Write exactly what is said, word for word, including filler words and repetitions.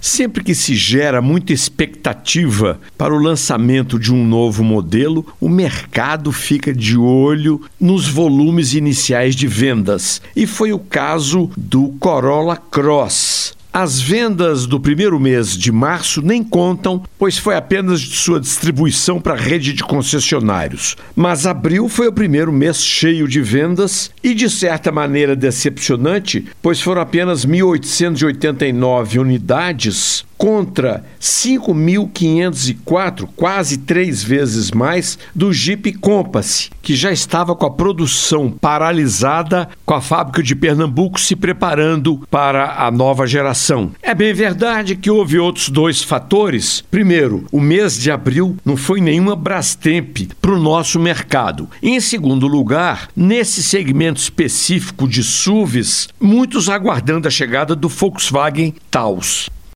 Sempre que se gera muita expectativa para o lançamento de um novo modelo, o mercado fica de olho nos volumes iniciais de vendas. E foi o caso do Corolla Cross. As vendas do primeiro mês de março nem contam, pois foi apenas de sua distribuição para a rede de concessionários. Mas abril foi o primeiro mês cheio de vendas e, de certa maneira, decepcionante, pois foram apenas mil oitocentas e oitenta e nove unidades contra cinco mil quinhentos e quatro, quase três vezes mais, do Jeep Compass, que já estava com a produção paralisada, com a fábrica de Pernambuco se preparando para a nova geração. É bem verdade que houve outros dois fatores. Primeiro, o mês de abril não foi nenhuma Brastemp para o nosso mercado. Em segundo lugar, nesse segmento específico de S U Vs, muitos aguardando a chegada do Volkswagen Taos.